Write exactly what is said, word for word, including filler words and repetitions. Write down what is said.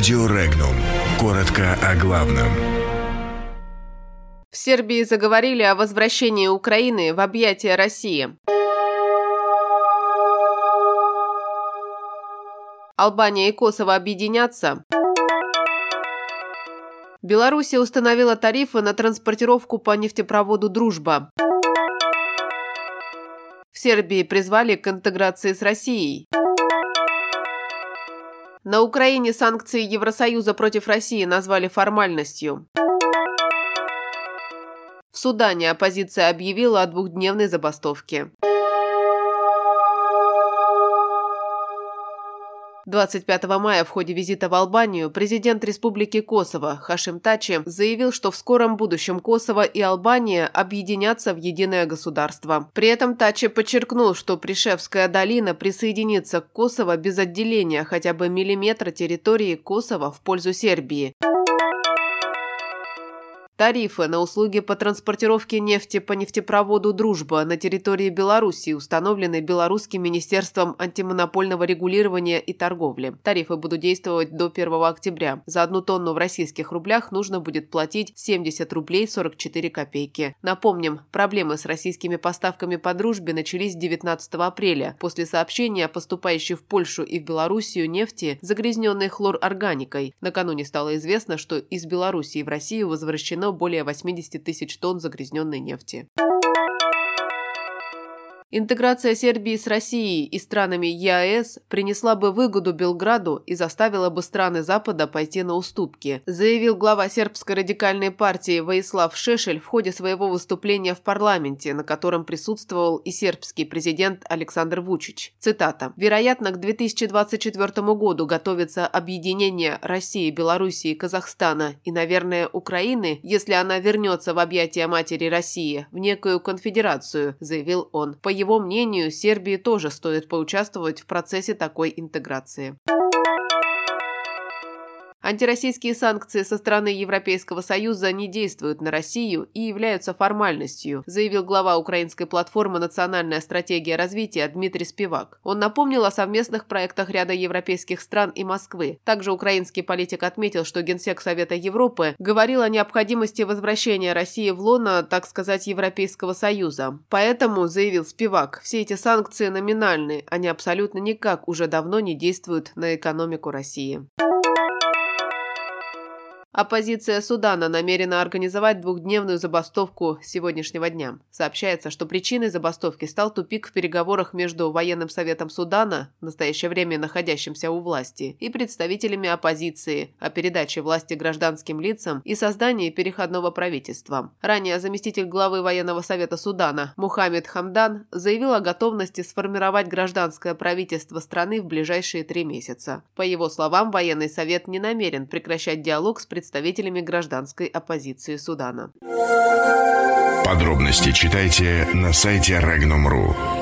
Радио Регнум. Коротко о главном. В Сербии заговорили о возвращении Украины в объятия России. Албания и Косово объединятся. Белоруссия установила тарифы на транспортировку по нефтепроводу «Дружба». В Сербии призвали к интеграции с Россией. На Украине санкции Евросоюза против России назвали формальностью. В Судане оппозиция объявила о двухдневной забастовке. двадцать пятого мая в ходе визита в Албанию президент Республики Косово Хашим Тачи заявил, что в скором будущем Косово и Албания объединятся в единое государство. При этом Тачи подчеркнул, что Пришевская долина присоединится к Косово без отделения хотя бы миллиметра территории Косово в пользу Сербии. Тарифы на услуги по транспортировке нефти по нефтепроводу «Дружба» на территории Белоруссии установлены Белорусским министерством антимонопольного регулирования и торговли. Тарифы будут действовать до первого октября. За одну тонну в российских рублях нужно будет платить семьдесят рублей сорок четыре копейки. Напомним, проблемы с российскими поставками по «Дружбе» начались девятнадцатого апреля после сообщения о поступающей в Польшу и в Белоруссию нефти, загрязненной хлорорганикой. Накануне стало известно, что из Белоруссии в Россию возвращено более восемьдесят тысяч тонн загрязненной нефти. Интеграция Сербии с Россией и странами ЕАЭС принесла бы выгоду Белграду и заставила бы страны Запада пойти на уступки, заявил глава сербской радикальной партии Воислав Шешель в ходе своего выступления в парламенте, на котором присутствовал и сербский президент Александр Вучич. Цитата. «Вероятно, к две тысячи двадцать четвёртому году готовится объединение России, Белоруссии, Казахстана и, наверное, Украины, если она вернется в объятия матери России, в некую конфедерацию», заявил он. По его мнению, Сербии тоже стоит поучаствовать в процессе такой интеграции. Антироссийские санкции со стороны Европейского Союза не действуют на Россию и являются формальностью, заявил глава украинской платформы «Национальная стратегия развития» Дмитрий Спивак. Он напомнил о совместных проектах ряда европейских стран и Москвы. Также украинский политик отметил, что Генсек Совета Европы говорил о необходимости возвращения России в лоно, так сказать, Европейского Союза. Поэтому, заявил Спивак, все эти санкции номинальны, они абсолютно никак уже давно не действуют на экономику России. Оппозиция Судана намерена организовать двухдневную забастовку с сегодняшнего дня. Сообщается, что причиной забастовки стал тупик в переговорах между Военным советом Судана, в настоящее время находящимся у власти, и представителями оппозиции о передаче власти гражданским лицам и создании переходного правительства. Ранее заместитель главы Военного совета Судана Мухаммед Хамдан заявил о готовности сформировать гражданское правительство страны в ближайшие три месяца. По его словам, Военный совет не намерен прекращать диалог с представителями представителями гражданской оппозиции Судана. Подробности читайте на сайте регнум точка ру.